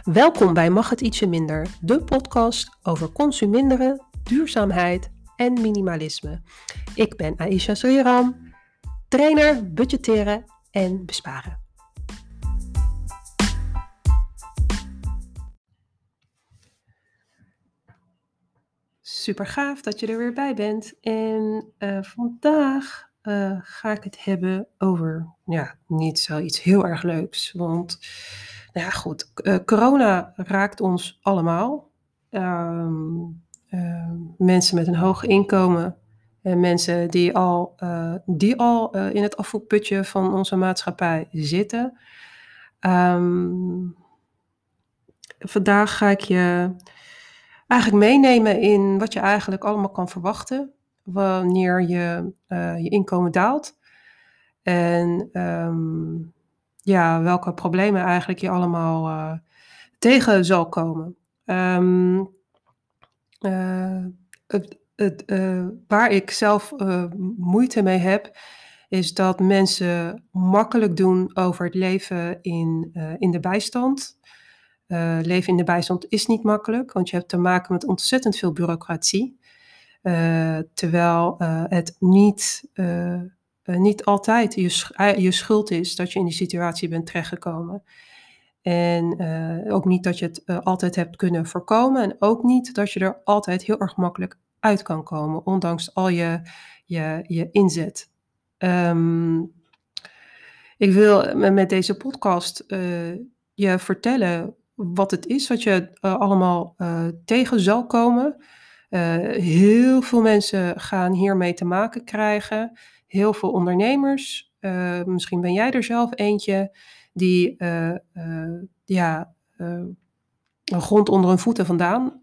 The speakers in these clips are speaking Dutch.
Welkom bij Mag het ietsje minder, de podcast over consuminderen, duurzaamheid en minimalisme. Ik ben Aisha Sriram, trainer, budgetteren en besparen. Super gaaf dat je er weer bij bent. En vandaag ga ik het hebben over, niet zoiets heel erg leuks. Want, corona raakt ons allemaal. Mensen met een hoog inkomen en mensen die al in het afvoerputje van onze maatschappij zitten. Vandaag ga ik je eigenlijk meenemen in wat je eigenlijk allemaal kan verwachten wanneer je inkomen daalt. En welke problemen eigenlijk je allemaal tegen zal komen. Waar ik zelf moeite mee heb, is dat mensen makkelijk doen over het leven in de bijstand. Leven in de bijstand is niet makkelijk, want je hebt te maken met ontzettend veel bureaucratie. Terwijl het niet altijd je schuld is dat je in die situatie bent terechtgekomen. En ook niet dat je het altijd hebt kunnen voorkomen. En ook niet dat je er altijd heel erg makkelijk uit kan komen, ondanks al je inzet. Ik wil met deze podcast je vertellen wat het is wat je allemaal tegen zal komen. Heel veel mensen gaan hiermee te maken krijgen. Heel veel ondernemers. Misschien ben jij er zelf eentje die grond onder hun voeten vandaan.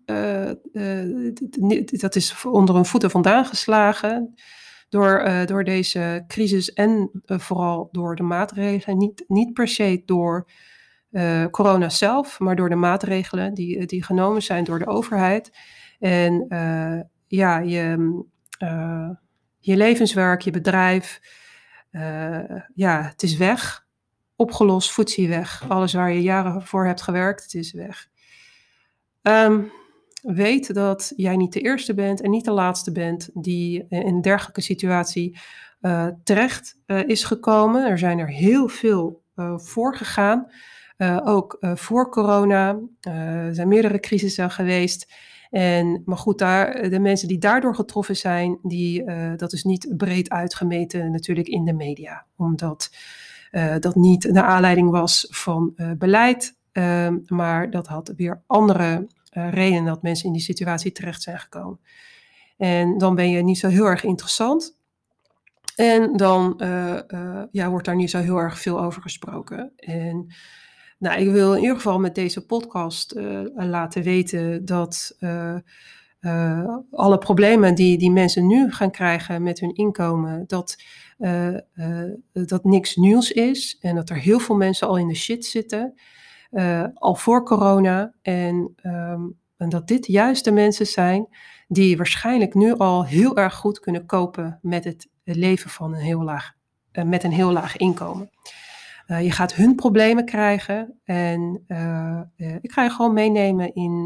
Dat is onder hun voeten vandaan geslagen door deze crisis en vooral door de maatregelen. Niet per se door corona zelf, maar door de maatregelen die genomen zijn door de overheid. En je levenswerk, je bedrijf, het is weg. Opgelost, foetsie weg. Alles waar je jaren voor hebt gewerkt, het is weg. Weet dat jij niet de eerste bent en niet de laatste bent die in een dergelijke situatie terecht is gekomen. Er zijn er heel veel voor gegaan. Ook voor corona. Er zijn meerdere crisissen geweest. Maar goed, de mensen die daardoor getroffen zijn, dat is niet breed uitgemeten natuurlijk in de media. Omdat dat niet naar aanleiding was van beleid. Maar dat had weer andere redenen dat mensen in die situatie terecht zijn gekomen. En dan ben je niet zo heel erg interessant. En dan wordt daar niet zo heel erg veel over gesproken. En ik wil in ieder geval met deze podcast laten weten dat alle problemen die mensen nu gaan krijgen met hun inkomen, dat niks nieuws is. En dat er heel veel mensen al in de shit zitten. Al voor corona. En dat dit juist de mensen zijn die waarschijnlijk nu al heel erg goed kunnen kopen met het leven van met een heel laag inkomen. Je gaat hun problemen krijgen en ik ga je gewoon meenemen in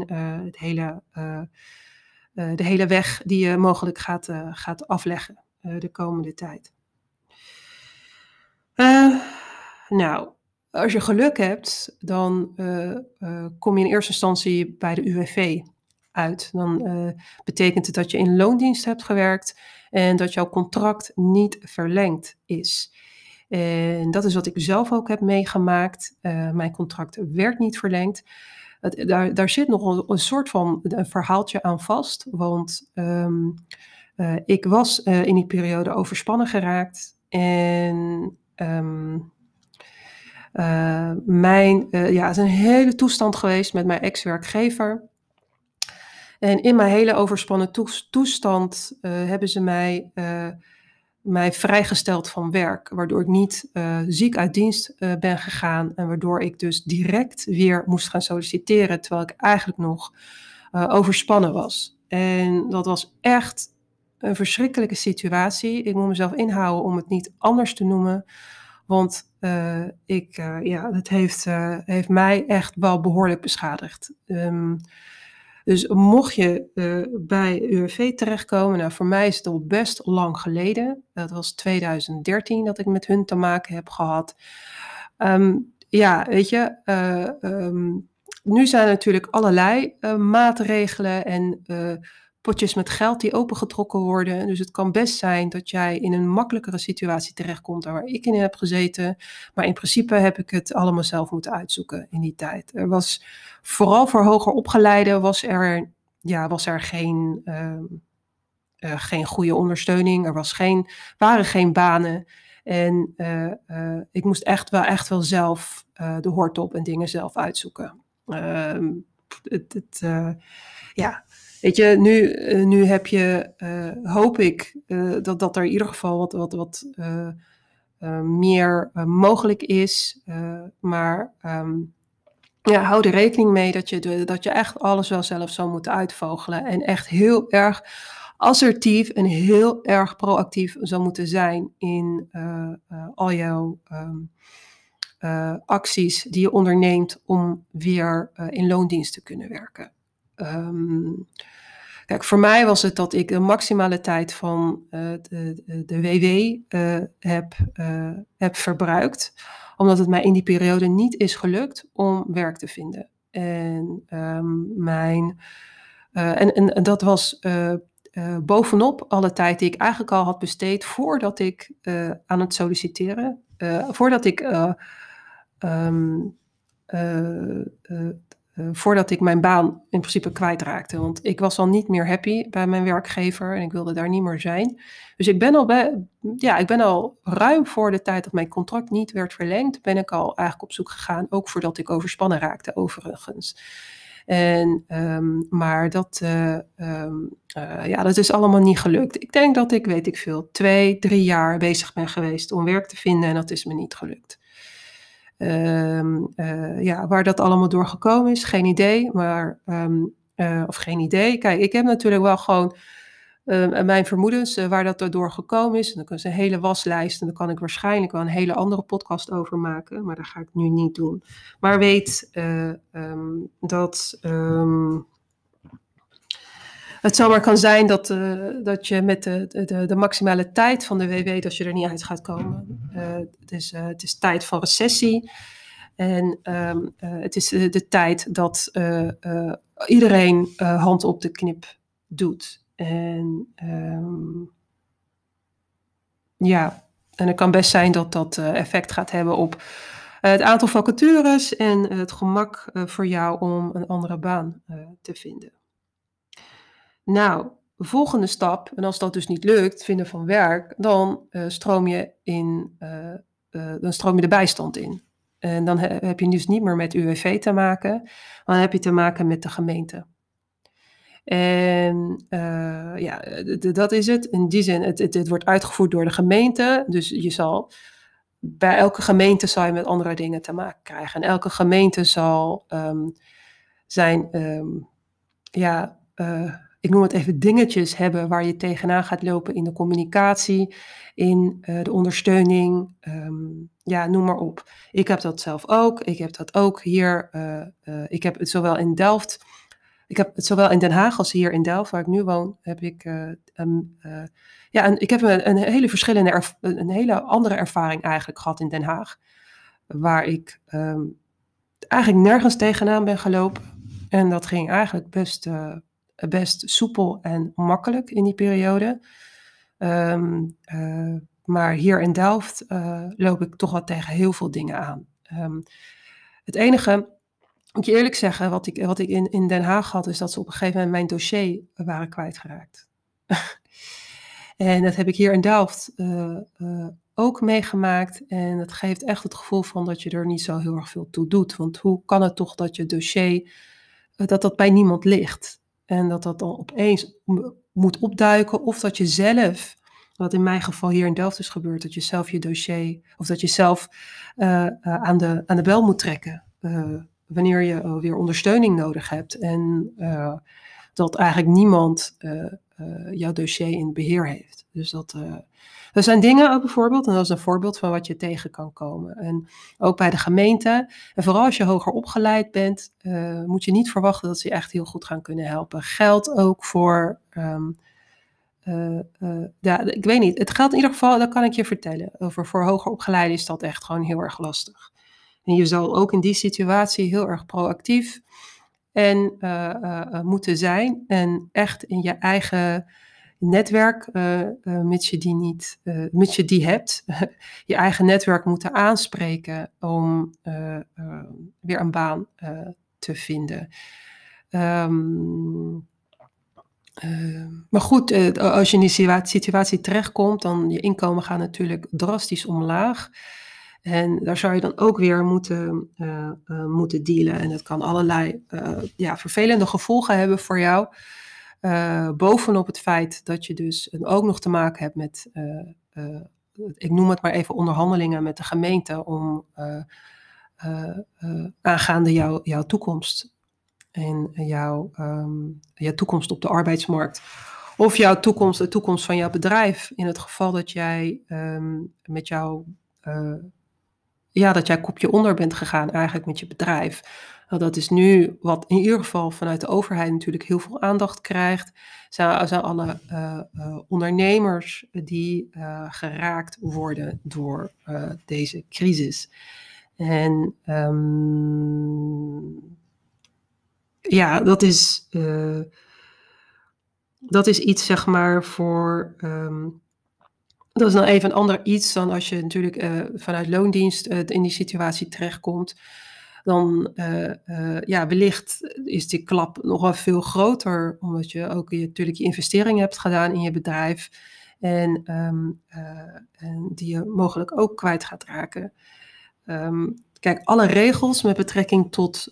de hele weg die je mogelijk gaat afleggen de komende tijd. Als je geluk hebt, dan kom je in eerste instantie bij de UWV uit. Dan betekent het dat je in loondienst hebt gewerkt en dat jouw contract niet verlengd is. En dat is wat ik zelf ook heb meegemaakt. Mijn contract werd niet verlengd. Daar zit nog een soort van een verhaaltje aan vast. Want ik was in die periode overspannen geraakt. En het is een hele toestand geweest met mijn ex-werkgever. En in mijn hele overspannen toestand hebben ze mij vrijgesteld van werk. Waardoor ik niet ziek uit dienst ben gegaan. En waardoor ik dus direct weer moest gaan solliciteren. Terwijl ik eigenlijk nog overspannen was. En dat was echt een verschrikkelijke situatie. Ik moet mezelf inhouden om het niet anders te noemen. Want dat heeft mij echt wel behoorlijk beschadigd. Dus mocht je bij UWV terechtkomen, nou voor mij is het al best lang geleden. Dat was 2013 dat ik met hun te maken heb gehad. Weet je, nu zijn er natuurlijk allerlei maatregelen en potjes met geld die opengetrokken worden. Dus het kan best zijn dat jij in een makkelijkere situatie terechtkomt dan waar ik in heb gezeten. Maar in principe heb ik het allemaal zelf moeten uitzoeken in die tijd. Er was vooral voor hoger opgeleiden was er geen goede ondersteuning. Waren geen banen. En ik moest echt wel zelf de hort op en dingen zelf uitzoeken. Weet je, nu heb je, hoop ik, dat er in ieder geval wat meer mogelijk is. Maar hou er rekening mee dat je echt alles wel zelf zou moeten uitvogelen. En echt heel erg assertief en heel erg proactief zou moeten zijn in al jouw acties die je onderneemt om weer in loondienst te kunnen werken. Kijk, voor mij was het dat ik de maximale tijd van de WW heb verbruikt, omdat het mij in die periode niet is gelukt om werk te vinden. En dat was bovenop alle tijd die ik eigenlijk al had besteed voordat ik aan het solliciteren, voordat ik mijn baan in principe kwijtraakte. Want ik was al niet meer happy bij mijn werkgever en ik wilde daar niet meer zijn. Dus ik ben al ruim voor de tijd dat mijn contract niet werd verlengd, ben ik al eigenlijk op zoek gegaan, ook voordat ik overspannen raakte overigens. Maar dat is allemaal niet gelukt. Ik denk dat ik, 2-3 jaar bezig ben geweest om werk te vinden en dat is me niet gelukt. Waar dat allemaal door gekomen is, geen idee. Of geen idee. Kijk, ik heb natuurlijk wel gewoon mijn vermoedens waar dat door gekomen is. En dan is een hele waslijst en daar kan ik waarschijnlijk wel een hele andere podcast over maken. Maar dat ga ik nu niet doen. Maar weet dat het zomaar kan zijn dat je met de maximale tijd van de WW, dat je er niet uit gaat komen. Het is tijd van recessie. En het is de tijd dat iedereen hand op de knip doet. En en het kan best zijn dat dat effect gaat hebben op het aantal vacatures en het gemak voor jou om een andere baan te vinden. Nou, de volgende stap, en als dat dus niet lukt, vinden van werk, dan stroom je de bijstand in. En dan heb je dus niet meer met UWV te maken, maar dan heb je te maken met de gemeente. En dat is het. In die zin, het wordt uitgevoerd door de gemeente. Dus bij elke gemeente zal je met andere dingen te maken krijgen. En elke gemeente zal ik noem het even dingetjes hebben waar je tegenaan gaat lopen in de communicatie, in de ondersteuning, noem maar op. Ik heb dat zelf ook. Ik heb dat ook hier. Ik heb het zowel in Delft. Ik heb het zowel in Den Haag als hier in Delft, waar ik nu woon, heb ik ik heb een hele andere ervaring eigenlijk gehad in Den Haag, waar ik eigenlijk nergens tegenaan ben gelopen. En dat ging eigenlijk best soepel en makkelijk in die periode. Maar hier in Delft loop ik toch wel tegen heel veel dingen aan. Het enige, moet je eerlijk zeggen, wat ik in Den Haag had, is dat ze op een gegeven moment mijn dossier waren kwijtgeraakt. En dat heb ik hier in Delft ook meegemaakt. En dat geeft echt het gevoel van dat je er niet zo heel erg veel toe doet. Want hoe kan het toch dat je dossier, dat bij niemand ligt? En dat dan opeens moet opduiken. Of dat je zelf, wat in mijn geval hier in Delft is gebeurd, dat je zelf je dossier, of dat je zelf aan de bel moet trekken. Wanneer je weer ondersteuning nodig hebt. En dat eigenlijk niemand jouw dossier in beheer heeft. Dus Er zijn dingen ook bijvoorbeeld, en dat is een voorbeeld van wat je tegen kan komen. En ook bij de gemeente, en vooral als je hoger opgeleid bent, moet je niet verwachten dat ze je echt heel goed gaan kunnen helpen. Geldt ook voor, ja, ik weet niet. Het geldt in ieder geval, dat kan ik je vertellen. Voor hoger opgeleiden is dat echt gewoon heel erg lastig. En je zal ook in die situatie heel erg proactief en moeten zijn. En echt in je eigen netwerk, mits je die hebt, je eigen netwerk moeten aanspreken om weer een baan te vinden. Um, maar goed, als je in die situatie terechtkomt, dan je inkomen gaat natuurlijk drastisch omlaag. En daar zou je dan ook weer moeten dealen. En dat kan allerlei vervelende gevolgen hebben voor jou. Bovenop het feit dat je dus ook nog te maken hebt met, ik noem het maar even, onderhandelingen met de gemeente om aangaande jouw toekomst en jouw toekomst op de arbeidsmarkt. Of jouw toekomst, de toekomst van jouw bedrijf. In het geval dat jij met jouw dat jij kopje onder bent gegaan eigenlijk met je bedrijf. Nou, dat is nu wat in ieder geval vanuit de overheid natuurlijk heel veel aandacht krijgt. Zijn alle ondernemers die geraakt worden door deze crisis. En ja, dat is iets, zeg maar, voor. Dat is dan even een ander iets dan als je natuurlijk vanuit loondienst in die situatie terechtkomt. Dan wellicht is die klap nog wel veel groter, omdat je ook natuurlijk je investering hebt gedaan in je bedrijf. En die je mogelijk ook kwijt gaat raken. Kijk, alle regels met betrekking tot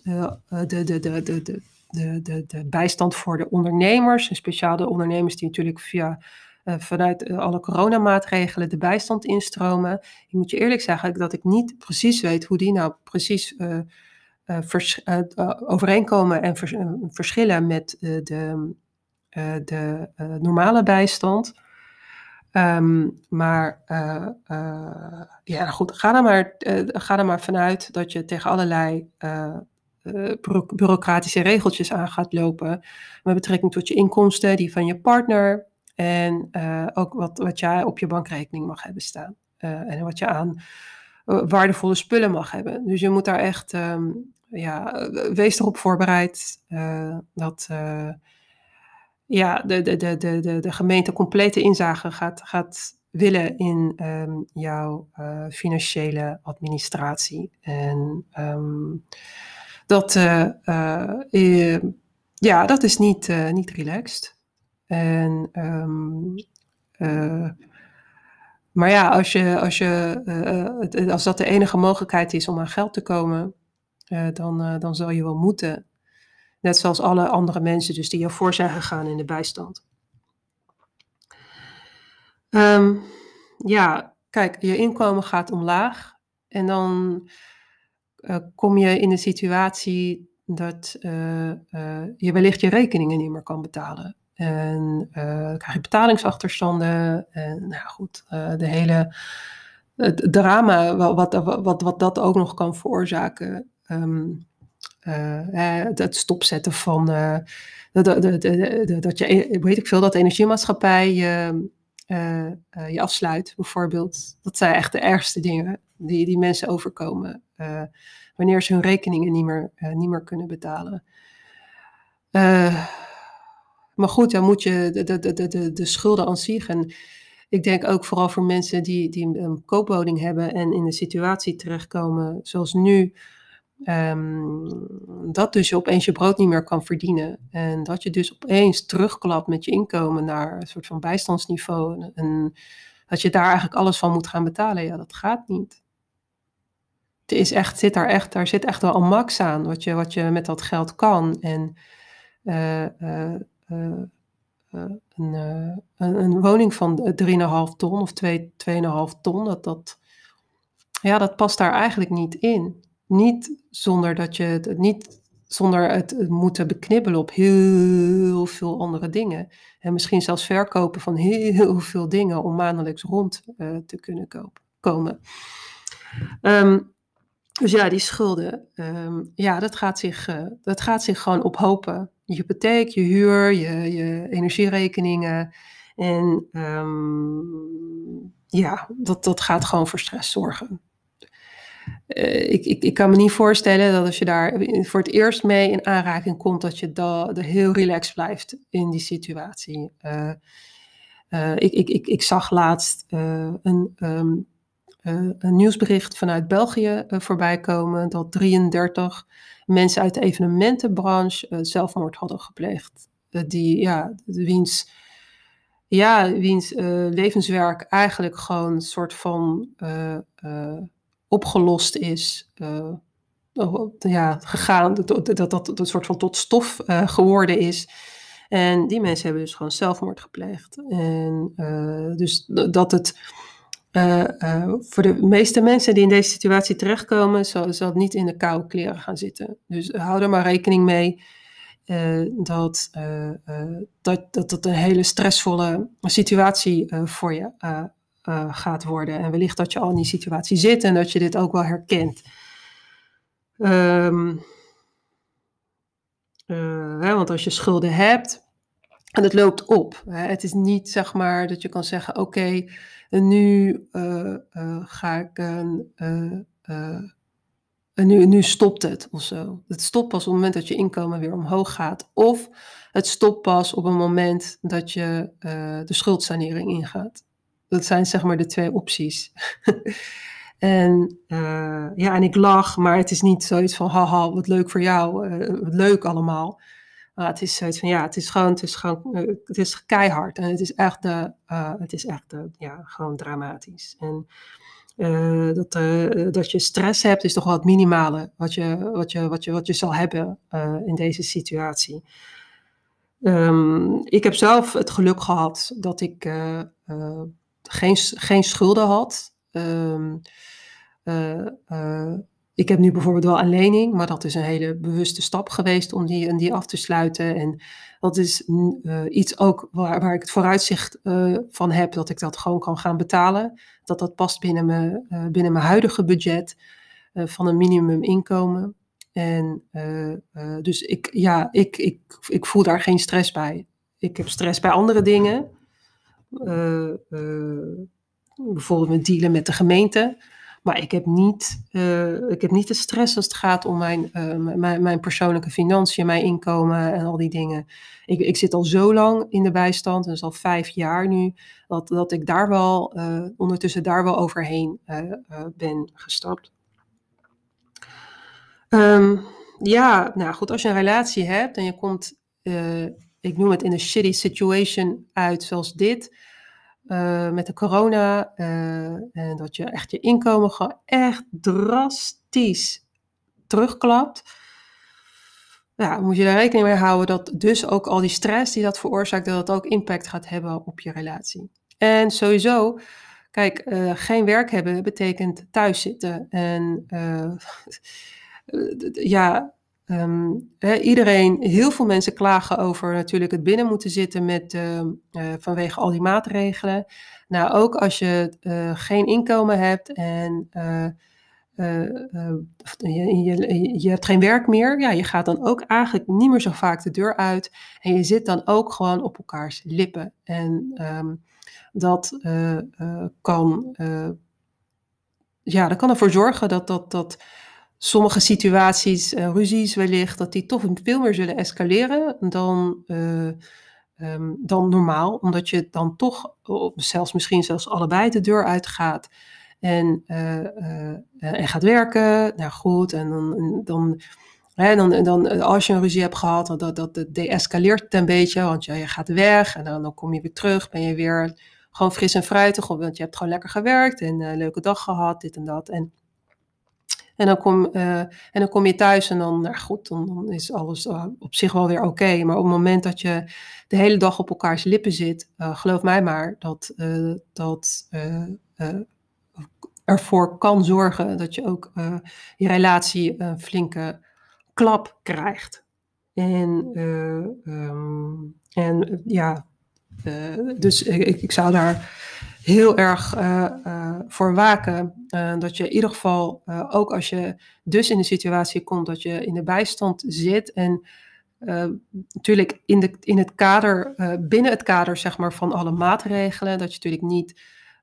de bijstand voor de ondernemers, en speciaal de ondernemers die natuurlijk vanuit alle coronamaatregelen de bijstand instromen. Ik moet je eerlijk zeggen dat ik niet precies weet hoe die nou precies overeenkomen en verschillen met de normale bijstand. Goed, ga er maar vanuit dat je tegen allerlei bureaucratische regeltjes aan gaat lopen met betrekking tot je inkomsten, die van je partner en ook wat jij op je bankrekening mag hebben staan en wat je aan waardevolle spullen mag hebben. Dus je moet daar echt, wees erop voorbereid dat de gemeente complete inzage gaat willen in jouw financiële administratie. En dat is niet relaxed. En, maar ja, als dat de enige mogelijkheid is om aan geld te komen, dan zal je wel moeten. Net zoals alle andere mensen dus die ervoor zijn gegaan in de bijstand. Kijk, je inkomen gaat omlaag. En dan kom je in de situatie dat je wellicht je rekeningen niet meer kan betalen. En dan krijg je betalingsachterstanden. En nou goed, het drama wat dat ook nog kan veroorzaken. Het stopzetten van dat je, weet ik veel, dat de energiemaatschappij je afsluit, bijvoorbeeld. Dat zijn echt de ergste dingen die mensen overkomen wanneer ze hun rekeningen niet meer kunnen betalen. Maar goed, dan moet je de schulden aan zich. En ik denk ook vooral voor mensen die een koopwoning hebben en in een situatie terechtkomen zoals nu. Dat dus je opeens je brood niet meer kan verdienen. En dat je dus opeens terugklapt met je inkomen naar een soort van bijstandsniveau. En dat je daar eigenlijk alles van moet gaan betalen. Ja, dat gaat niet. Daar zit echt wel een max aan wat je met dat geld kan. En een woning van 3,5 ton of 2,5 ton, dat past daar eigenlijk niet in. Niet zonder dat je het niet zonder het moeten beknibbelen op heel veel andere dingen. En misschien zelfs verkopen van heel veel dingen om maandelijks rond te kunnen komen. Dus ja, die schulden, ja, dat gaat zich gewoon ophopen. Je hypotheek, je huur, je energierekeningen. En ja, dat gaat gewoon voor stress zorgen. Ik kan me niet voorstellen dat als je daar voor het eerst mee in aanraking komt, dat je heel relaxed blijft in die situatie. Ik zag laatst een nieuwsbericht vanuit België voorbij komen dat 33 mensen uit de evenementenbranche zelfmoord hadden gepleegd. Wiens levenswerk eigenlijk gewoon een soort van opgelost is, gegaan, dat een soort van tot stof geworden is. En die mensen hebben dus gewoon zelfmoord gepleegd. En dus dat het voor de meeste mensen die in deze situatie terechtkomen, zal het niet in de koude kleren gaan zitten. Dus hou er maar rekening mee dat een hele stressvolle situatie voor je gaat worden. En wellicht dat je al in die situatie zit en dat je dit ook wel herkent. Want als je schulden hebt en het loopt op. Het is niet zeg maar dat je kan zeggen, oké, nu ga ik nu stopt het of zo. Het stopt pas op het moment dat je inkomen weer omhoog gaat. Of het stopt pas op een moment dat je de schuldsanering ingaat. Dat zijn zeg maar de 2 opties. En ik lach, maar het is niet zoiets van haha, wat leuk voor jou, wat leuk allemaal. Het is zoiets van het is keihard en het is echt gewoon dramatisch. En dat je stress hebt is toch wel het minimale wat je zal hebben in deze situatie. Ik heb zelf het geluk gehad dat ik geen schulden had. Ik heb nu bijvoorbeeld wel een lening, maar dat is een hele bewuste stap geweest om die af te sluiten. En dat is iets ook waar ik het vooruitzicht van heb, dat ik dat gewoon kan gaan betalen. Dat past binnen mijn huidige budget van een minimuminkomen. En dus ik voel daar geen stress bij. Ik heb stress bij andere dingen. Bijvoorbeeld met dealen met de gemeente. Maar ik heb niet de stress als het gaat om mijn persoonlijke financiën, mijn inkomen en al die dingen. Ik zit al zo lang in de bijstand, dus al 5 jaar nu, dat ik daar wel ondertussen daar wel overheen ben gestapt. Goed, als je een relatie hebt en je komt, ik noem het in een shitty situation uit zoals dit, met de corona, en dat je echt je inkomen gewoon echt drastisch terugklapt. Ja, moet je er rekening mee houden dat dus ook al die stress die dat veroorzaakt, dat het ook impact gaat hebben op je relatie. En sowieso, kijk, geen werk hebben betekent thuis zitten. En heel veel mensen klagen over natuurlijk het binnen moeten zitten vanwege al die maatregelen. Nou, ook als je geen inkomen hebt en je hebt geen werk meer, ja, je gaat dan ook eigenlijk niet meer zo vaak de deur uit. En je zit dan ook gewoon op elkaars lippen. En dat kan ervoor zorgen dat sommige situaties, ruzies wellicht, dat die toch veel meer zullen escaleren dan normaal. Omdat je dan toch, misschien zelfs allebei de deur uitgaat en gaat werken. Nou goed, en dan als je een ruzie hebt gehad, dat deescaleert het een beetje. Want je gaat weg en dan kom je weer terug, ben je weer gewoon fris en fruitig. Want je hebt gewoon lekker gewerkt en een leuke dag gehad, dit en dat. En dan kom je thuis en dan is alles op zich wel weer oké. Maar op het moment dat je de hele dag op elkaars lippen zit, geloof mij maar, dat ervoor kan zorgen dat je ook je relatie een flinke klap krijgt. En, ja, dus ik zou daar heel erg voor waken. Dat je in ieder geval, ook als je dus in de situatie komt dat je in de bijstand zit en natuurlijk in het kader, binnen het kader zeg maar, van alle maatregelen, dat je natuurlijk niet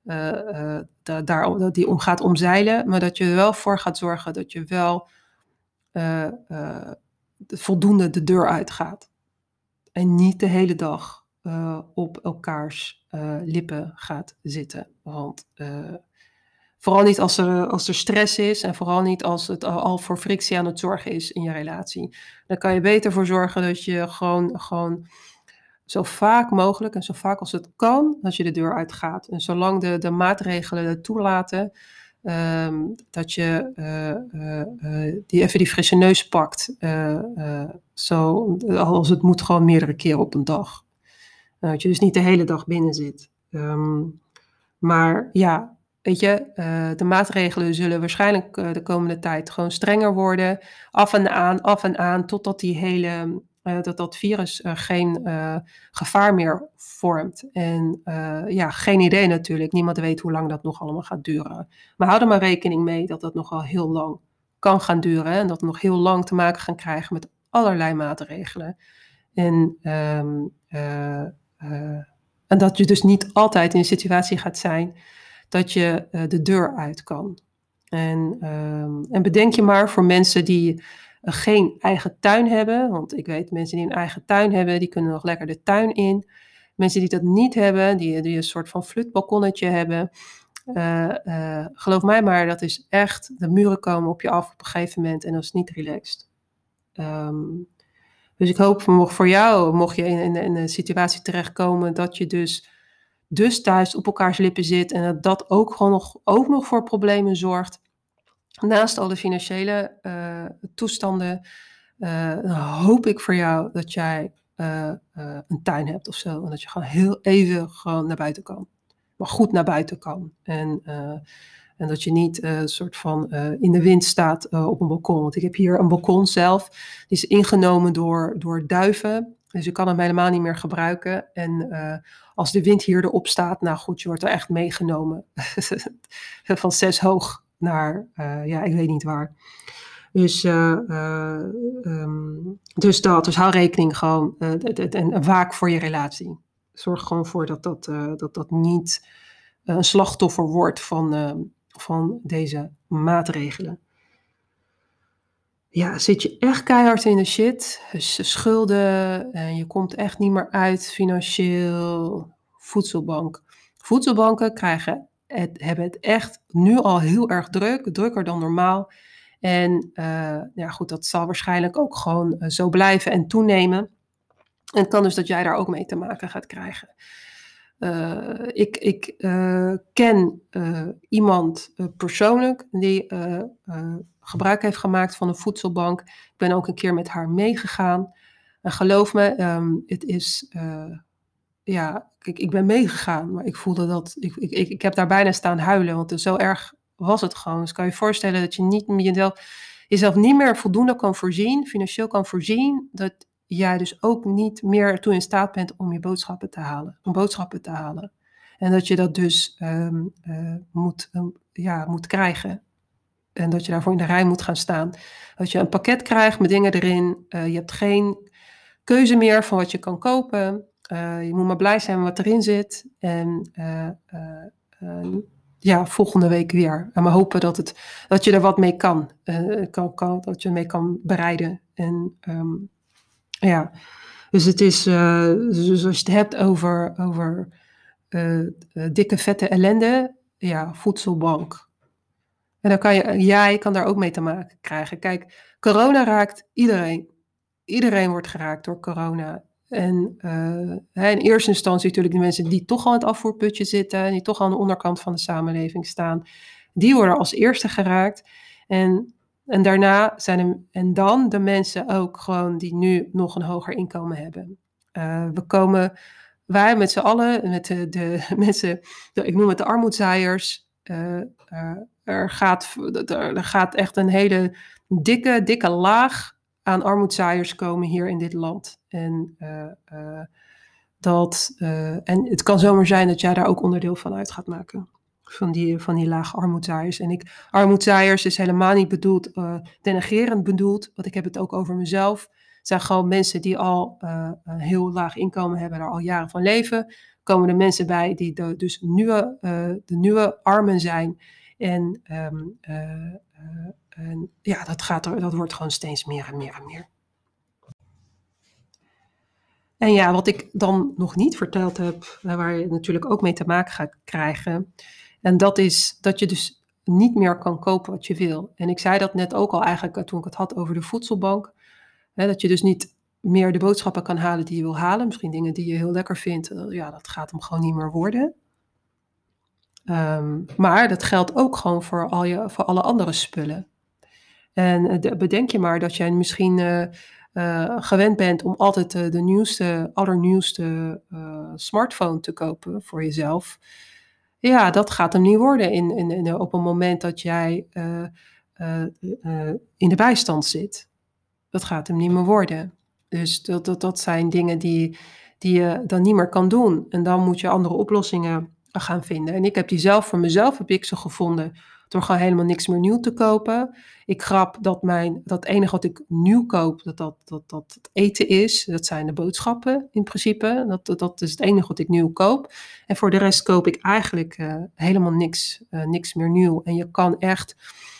die gaat omzeilen, maar dat je er wel voor gaat zorgen dat je wel eh, eh, voldoende de deur uitgaat. En niet de hele dag op elkaars lippen gaat zitten. Want vooral niet als er stress is en vooral niet als het al voor frictie aan het zorgen is in je relatie. Dan kan je beter voor zorgen dat je gewoon zo vaak mogelijk en zo vaak als het kan, dat je de deur uitgaat. En zolang de maatregelen het toelaten, dat je die even die frisse neus pakt. Zo, als het moet, gewoon meerdere keren op een dag. Dat je dus niet de hele dag binnen zit. Maar ja, weet je, de maatregelen zullen waarschijnlijk de komende tijd gewoon strenger worden. Af en aan, totdat dat virus geen gevaar meer vormt. En ja, geen idee natuurlijk. Niemand weet hoe lang dat nog allemaal gaat duren. Maar hou er maar rekening mee dat dat nog wel heel lang kan gaan duren. En dat we nog heel lang te maken gaan krijgen met allerlei maatregelen. En en dat je dus niet altijd in een situatie gaat zijn dat je de deur uit kan. En bedenk je maar voor mensen die geen eigen tuin hebben. Want ik weet, mensen die een eigen tuin hebben, die kunnen nog lekker de tuin in. Mensen die dat niet hebben, die een soort van flutbalkonnetje hebben. Geloof mij maar, dat is echt, de muren komen op je af op een gegeven moment en dat is niet relaxed. Dus ik hoop voor jou, mocht je in een situatie terechtkomen dat je dus thuis op elkaars lippen zit en dat ook gewoon nog voor problemen zorgt. Naast alle financiële toestanden, hoop ik voor jou dat jij een tuin hebt of zo. En dat je gewoon heel even gewoon naar buiten kan. Maar goed naar buiten kan. En dat je niet soort van in de wind staat op een balkon. Want ik heb hier een balkon zelf. Die is ingenomen door duiven. Dus ik kan hem helemaal niet meer gebruiken. En als de wind hier erop staat, nou goed, je wordt er echt meegenomen. Van 6 hoog naar, ja, ik weet niet waar. Dus dus hou rekening gewoon en waak voor je relatie. Zorg gewoon voor dat niet een slachtoffer wordt van deze maatregelen. Ja, zit je echt keihard in de shit, dus schulden en je komt echt niet meer uit financieel, voedselbank. Voedselbanken hebben het echt nu al heel erg druk, drukker dan normaal. En ja goed, dat zal waarschijnlijk ook gewoon zo blijven en toenemen. En het kan dus dat jij daar ook mee te maken gaat krijgen. Ik ken iemand persoonlijk die gebruik heeft gemaakt van een voedselbank. Ik ben ook een keer met haar meegegaan. En geloof me, het is... ja, kijk, ik ben meegegaan, maar ik voelde dat... Ik heb daar bijna staan huilen, want zo erg was het gewoon. Dus kan je je voorstellen dat je jezelf niet meer voldoende kan voorzien, financieel kan voorzien, dat jij dus ook niet meer toe in staat bent om boodschappen te halen. En dat je dat dus moet krijgen. En dat je daarvoor in de rij moet gaan staan. Dat je een pakket krijgt met dingen erin. Je hebt geen keuze meer van wat je kan kopen. Je moet maar blij zijn met wat erin zit. En ja, volgende week weer. En we hopen dat je er wat mee kan. Dat je mee kan bereiden. En ja, dus het is, dus als je het hebt over dikke vette ellende, ja, voedselbank. En dan jij kan daar ook mee te maken krijgen. Kijk, corona raakt iedereen. Iedereen wordt geraakt door corona. En in eerste instantie natuurlijk de mensen die toch al in het afvoerputje zitten, die toch al aan de onderkant van de samenleving staan, die worden als eerste geraakt. En daarna en dan de mensen ook gewoon die nu nog een hoger inkomen hebben. Wij met z'n allen, met de mensen, ik noem het de armoedzaaiers, er gaat echt een hele dikke laag aan armoedzaaiers komen hier in dit land. En en het kan zomaar zijn dat jij daar ook onderdeel van uit gaat maken. Van die lage armoedzaaiers. En armoedzaaiers is helemaal niet bedoeld, denigrerend bedoeld. Want ik heb het ook over mezelf. Het zijn gewoon mensen die al een heel laag inkomen hebben, daar al jaren van leven. Komen er mensen bij die dus de nieuwe armen zijn. En ja, dat wordt gewoon steeds meer en meer en meer. En ja, wat ik dan nog niet verteld heb, waar je natuurlijk ook mee te maken gaat krijgen. En dat is dat je dus niet meer kan kopen wat je wil. En ik zei dat net ook al eigenlijk toen ik het had over de voedselbank. Dat je dus niet meer de boodschappen kan halen die je wil halen. Misschien dingen die je heel lekker vindt. Ja, dat gaat hem gewoon niet meer worden. Maar dat geldt ook gewoon voor alle andere spullen. En bedenk je maar dat jij misschien gewend bent om altijd de allernieuwste smartphone te kopen voor jezelf. Ja, dat gaat hem niet worden op een moment dat jij in de bijstand zit. Dat gaat hem niet meer worden. Dus dat zijn dingen die je dan niet meer kan doen. En dan moet je andere oplossingen gaan vinden. En ik heb die zelf voor mezelf gevonden door gewoon helemaal niks meer nieuw te kopen. Ik grap dat enige wat ik nieuw koop, dat het eten is. Dat zijn de boodschappen in principe. Dat is het enige wat ik nieuw koop. En voor de rest koop ik eigenlijk helemaal niks meer nieuw. En je kan echt...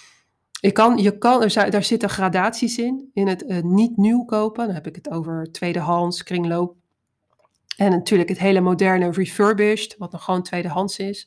Daar zitten gradaties in het niet nieuw kopen. Dan heb ik het over tweedehands, kringloop. En natuurlijk het hele moderne refurbished, wat nog gewoon tweedehands is.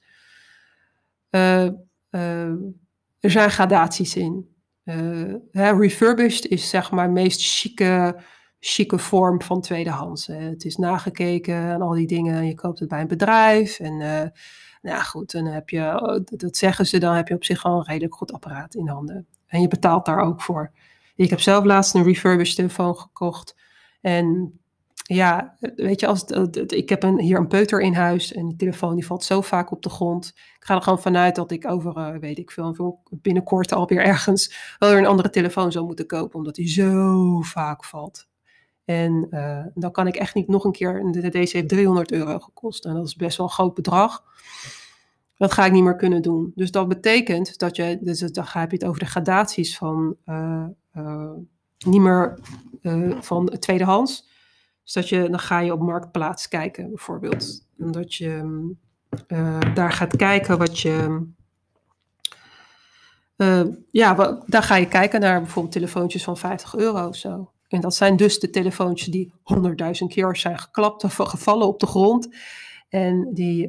Er zijn gradaties in. Refurbished is zeg maar de meest chique vorm van tweedehands. Het is nagekeken en al die dingen. Je koopt het bij een bedrijf. En nou goed, dan heb je, dat zeggen ze, dan heb je op zich al een redelijk goed apparaat in handen. En je betaalt daar ook voor. Ik heb zelf laatst een refurbished telefoon gekocht. En ja, weet je, ik heb hier een peuter in huis en die telefoon die valt zo vaak op de grond. Ik ga er gewoon vanuit dat ik over, weet ik veel, binnenkort alweer ergens wel weer een andere telefoon zou moeten kopen, omdat die zo vaak valt. En dan kan ik echt niet nog een keer, deze heeft €300 gekost en dat is best wel een groot bedrag. Dat ga ik niet meer kunnen doen. Dus dat betekent dat dan heb je het over de gradaties van niet meer van tweedehands. Dus dan ga je op Marktplaats kijken bijvoorbeeld. En dat je daar gaat kijken wat je... daar ga je kijken naar bijvoorbeeld telefoontjes van €50 of zo. En dat zijn dus de telefoontjes die 100.000 keer zijn geklapt of gevallen op de grond. En die,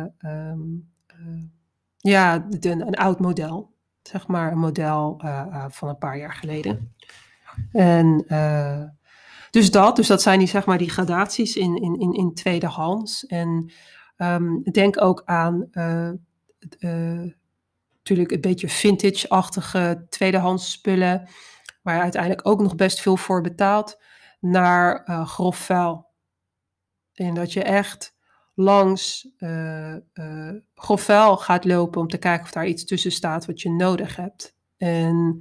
een oud model. Zeg maar een model van een paar jaar geleden. En dus dat zijn die gradaties in tweedehands. En denk ook aan natuurlijk een beetje vintage-achtige tweedehands spullen, waar je uiteindelijk ook nog best veel voor betaalt, naar grof vuil. En dat je echt langs grof vuil gaat lopen om te kijken of daar iets tussen staat wat je nodig hebt. En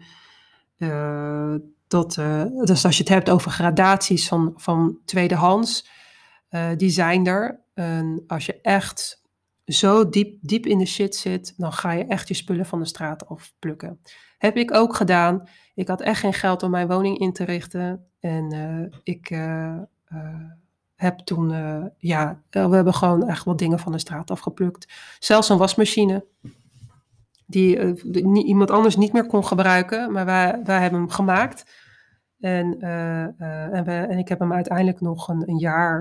dus als je het hebt over gradaties van tweedehands, die zijn er. En als je echt zo diep in de shit zit, dan ga je echt je spullen van de straat afplukken. Heb ik ook gedaan. Ik had echt geen geld om mijn woning in te richten. En ik heb toen, we hebben gewoon echt wat dingen van de straat afgeplukt. Zelfs een wasmachine die iemand anders niet meer kon gebruiken, maar wij hebben hem gemaakt. En ik heb hem uiteindelijk nog een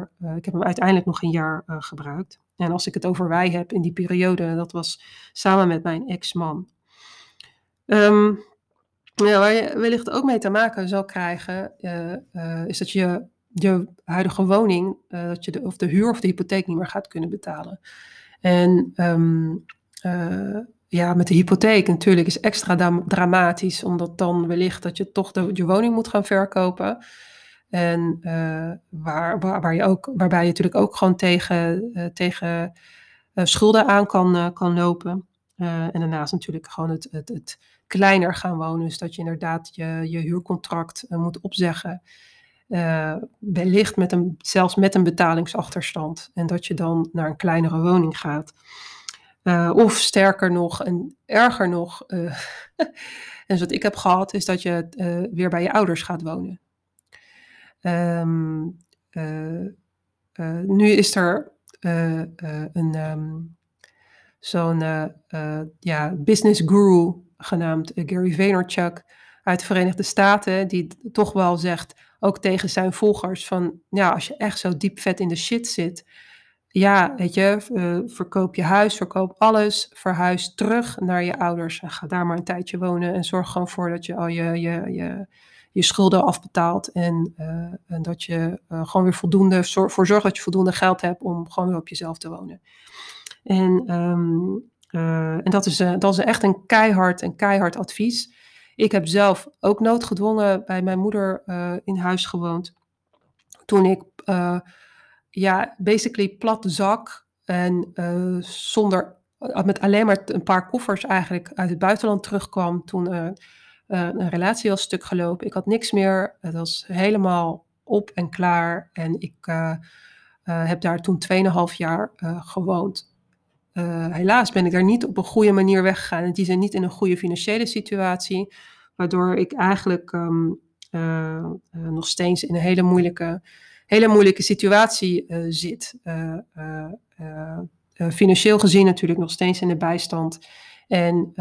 jaar gebruikt. En als ik het over wij heb in die periode, dat was samen met mijn ex-man. Waar je wellicht ook mee te maken zal krijgen, is dat je huidige woning, of de huur of de hypotheek niet meer gaat kunnen betalen. En met de hypotheek natuurlijk is extra dramatisch, omdat dan wellicht dat je toch je woning moet gaan verkopen. En waarbij je natuurlijk ook gewoon tegen schulden aan kan lopen. En daarnaast natuurlijk gewoon het kleiner gaan wonen. Dus dat je inderdaad je huurcontract moet opzeggen. Wellicht zelfs met een betalingsachterstand. En dat je dan naar een kleinere woning gaat. Of sterker nog en erger nog, en wat ik heb gehad, is dat je weer bij je ouders gaat wonen. Ehm, Nu is er zo'n business guru genaamd Gary Vaynerchuk uit de Verenigde Staten, die toch wel zegt, ook tegen zijn volgers, van ja, als je echt zo diep vet in de shit zit, ja, weet je, verkoop je huis, verkoop alles, verhuis terug naar je ouders en ga daar maar een tijdje wonen en zorg gewoon voor dat je al je schulden afbetaalt en dat je gewoon weer voor zorgt dat je voldoende geld hebt om gewoon weer op jezelf te wonen. En dat is echt een keihard advies. Ik heb zelf ook noodgedwongen bij mijn moeder in huis gewoond. Toen ik basically plat zak en met alleen maar een paar koffers eigenlijk uit het buitenland terugkwam. Toen een relatie was stuk gelopen. Ik had niks meer. Het was helemaal op en klaar. En ik heb daar toen 2,5 jaar gewoond. Helaas ben ik daar niet op een goede manier weggegaan. En die zijn niet in een goede financiële situatie. Waardoor ik eigenlijk nog steeds in een hele moeilijke situatie zit. Financieel gezien natuurlijk nog steeds in de bijstand. En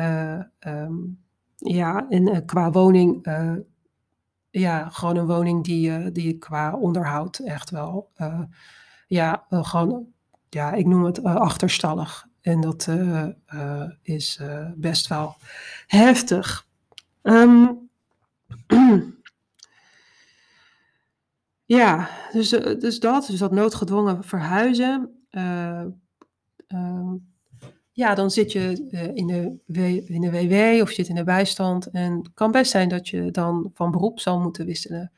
qua woning, gewoon een woning die qua onderhoud echt wel, gewoon, ik noem het achterstallig. En dat is best wel heftig. Ja, dus dat noodgedwongen verhuizen. Dan zit je in de WW of je zit in de bijstand. En het kan best zijn dat je dan van beroep zal moeten wisselen.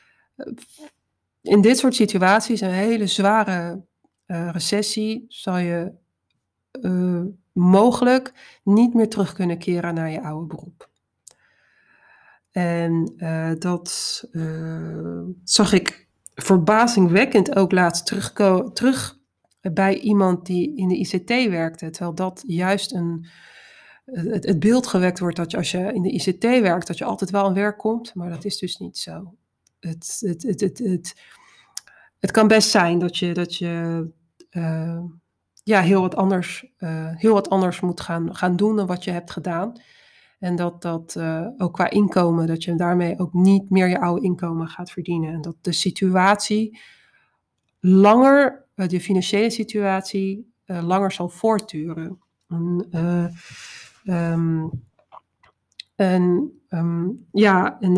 In dit soort situaties, een hele zware recessie, zal je mogelijk niet meer terug kunnen keren naar je oude beroep. En dat zag ik verbazingwekkend ook laatst terug bij iemand die in de ICT werkte. Terwijl dat juist het beeld gewekt wordt dat als je in de ICT werkt, dat je altijd wel aan werk komt. Maar dat is dus niet zo. Het kan best zijn dat je heel wat anders moet gaan doen dan wat je hebt gedaan. En dat ook qua inkomen, dat je daarmee ook niet meer je oude inkomen gaat verdienen. En dat de situatie de financiële situatie langer zal voortduren. En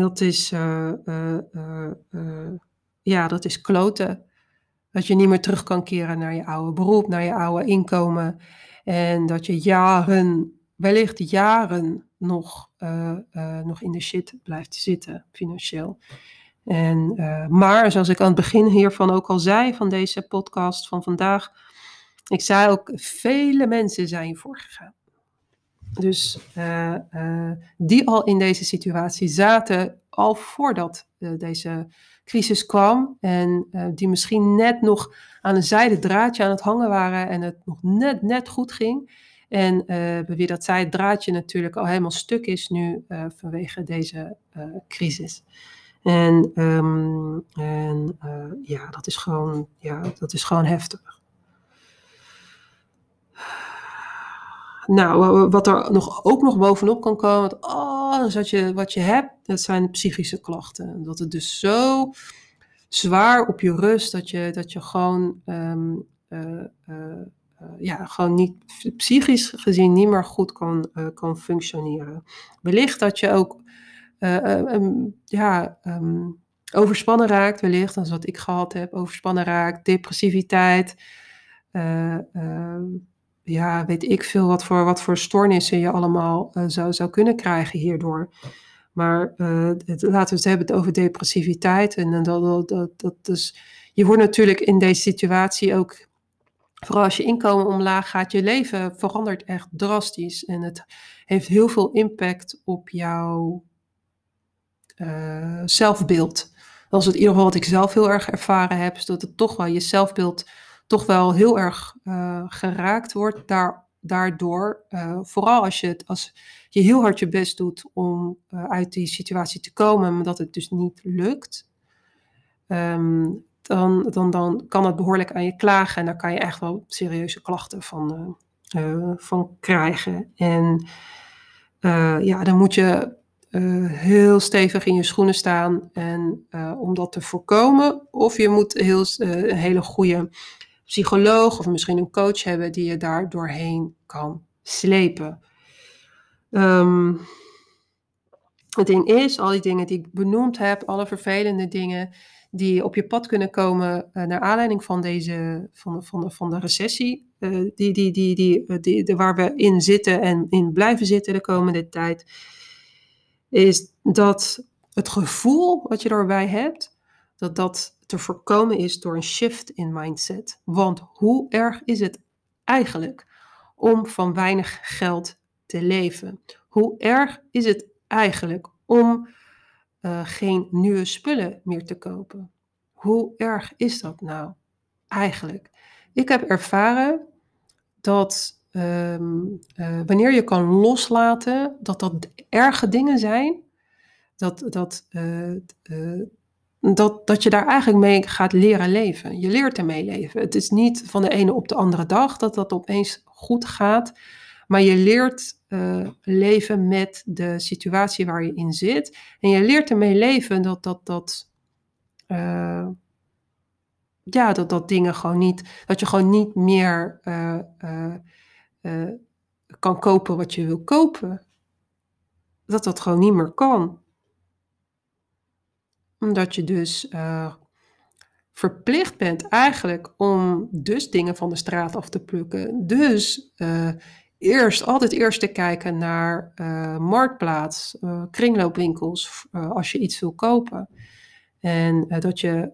dat is kloten. Dat je niet meer terug kan keren naar je oude beroep, naar je oude inkomen. En dat je wellicht jaren nog in de shit blijft zitten, financieel. Maar zoals ik aan het begin hiervan ook al zei, van deze podcast van vandaag, ik zei ook, vele mensen zijn hiervoor gegaan. Dus die al in deze situatie zaten, al voordat deze crisis kwam. En die misschien net nog aan een zijden draadje aan het hangen waren en het nog net goed ging. En wie dat zei, het draadje natuurlijk al helemaal stuk is nu vanwege deze crisis. Dat is gewoon heftig. Nou, wat er ook nog bovenop kan komen, wat je hebt, dat zijn psychische klachten. Dat het dus zo zwaar op je rust, dat je gewoon, gewoon niet, psychisch gezien niet meer goed kan functioneren. Wellicht dat je ook overspannen raakt, wellicht, dat is wat ik gehad heb, overspannen raakt, depressiviteit, weet ik veel wat voor stoornissen je allemaal zou kunnen krijgen hierdoor. Maar laten we het hebben over depressiviteit. En dat is, je wordt natuurlijk in deze situatie ook Vooral als je inkomen omlaag gaat, je leven verandert echt drastisch. En het heeft heel veel impact op jouw zelfbeeld. Dat is het in ieder geval wat ik zelf heel erg ervaren heb. Is dat het toch wel je zelfbeeld toch wel heel erg geraakt wordt daardoor. Vooral als je heel hard je best doet om uit die situatie te komen, maar dat het dus niet lukt. Dan kan het behoorlijk aan je klagen. En daar kan je echt wel serieuze klachten van krijgen. En dan moet je heel stevig in je schoenen staan om dat te voorkomen. Of je moet een hele goede psycholoog of misschien een coach hebben die je daar doorheen kan slepen. Het ding is, al die dingen die ik benoemd heb, alle vervelende dingen die op je pad kunnen komen naar aanleiding van van de recessie, waar we in zitten en in blijven zitten de komende tijd, is dat het gevoel wat je daarbij hebt, dat te voorkomen is door een shift in mindset. Want hoe erg is het eigenlijk om van weinig geld te leven? Hoe erg is het eigenlijk om geen nieuwe spullen meer te kopen? Hoe erg is dat nou eigenlijk? Ik heb ervaren dat wanneer je kan loslaten, dat erge dingen zijn, dat je daar eigenlijk mee gaat leren leven. Je leert ermee leven. Het is niet van de ene op de andere dag dat opeens goed gaat. Maar je leert leven met de situatie waar je in zit. En je leert ermee leven dat dingen gewoon niet, dat je gewoon niet meer kan kopen wat je wil kopen. Dat gewoon niet meer kan. Omdat je dus verplicht bent eigenlijk om dus dingen van de straat af te plukken. Dus altijd eerst te kijken naar Marktplaats, kringloopwinkels, als je iets wil kopen. En dat je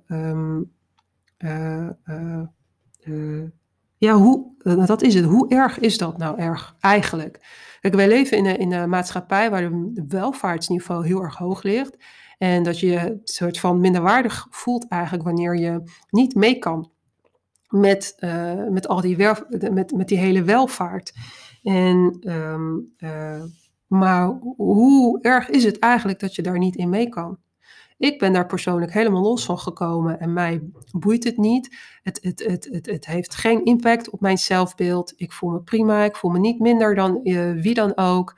dat is het. Hoe erg is dat nou eigenlijk? Kijk, wij leven in een maatschappij waar het welvaartsniveau heel erg hoog ligt. En dat je je soort van minderwaardig voelt eigenlijk wanneer je niet mee kan met al die met die hele welvaart. Maar hoe erg is het eigenlijk dat je daar niet in mee kan? Ik ben daar persoonlijk helemaal los van gekomen en mij boeit het niet. Het heeft geen impact op mijn zelfbeeld. Ik voel me prima, ik voel me niet minder dan wie dan ook.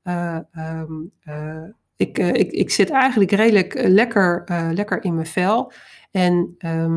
Ik zit eigenlijk redelijk lekker in mijn vel. En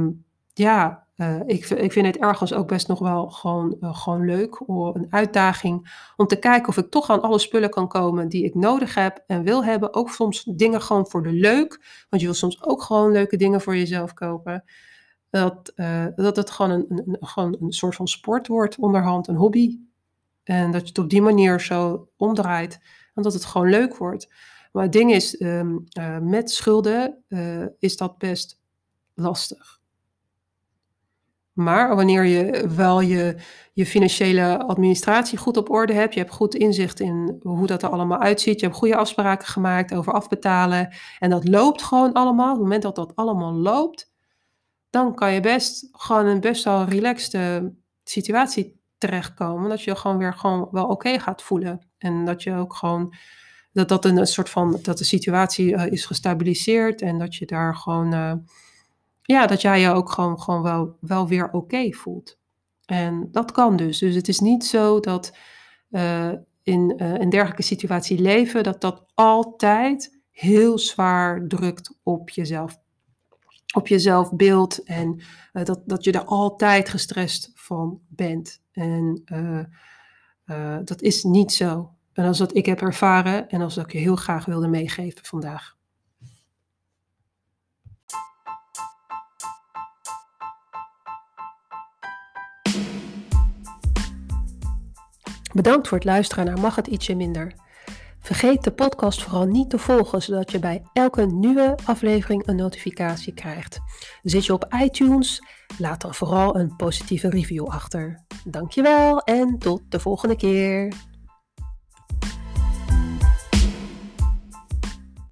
ik vind het ergens ook best nog wel gewoon leuk, een uitdaging om te kijken of ik toch aan alle spullen kan komen die ik nodig heb en wil hebben. Ook soms dingen gewoon voor de leuk, want je wil soms ook gewoon leuke dingen voor jezelf kopen. Dat het gewoon een soort van sport wordt onderhand, een hobby. En dat je het op die manier zo omdraait en dat het gewoon leuk wordt. Maar het ding is, met schulden is dat best lastig. Maar wanneer je wel je financiële administratie goed op orde hebt, je hebt goed inzicht in hoe dat er allemaal uitziet, je hebt goede afspraken gemaakt over afbetalen en dat loopt gewoon allemaal. Op het moment dat dat allemaal loopt, dan kan je gewoon een best wel relaxte situatie terechtkomen. Dat je gewoon weer gewoon wel oké gaat voelen. En dat je ook gewoon, dat een soort van, dat de situatie is gestabiliseerd en dat je daar gewoon, dat jij je ook gewoon wel weer oké voelt. En dat kan dus. Dus het is niet zo dat in een dergelijke situatie leven, dat altijd heel zwaar drukt op je zelfbeeld en dat je er altijd gestrest van bent. En dat is niet zo. En dat is wat ik heb ervaren en dat is wat ik je heel graag wilde meegeven vandaag. Bedankt voor het luisteren naar Mag het ietsje minder. Vergeet de podcast vooral niet te volgen, zodat je bij elke nieuwe aflevering een notificatie krijgt. Zit je op iTunes? Laat dan vooral een positieve review achter. Dankjewel en tot de volgende keer.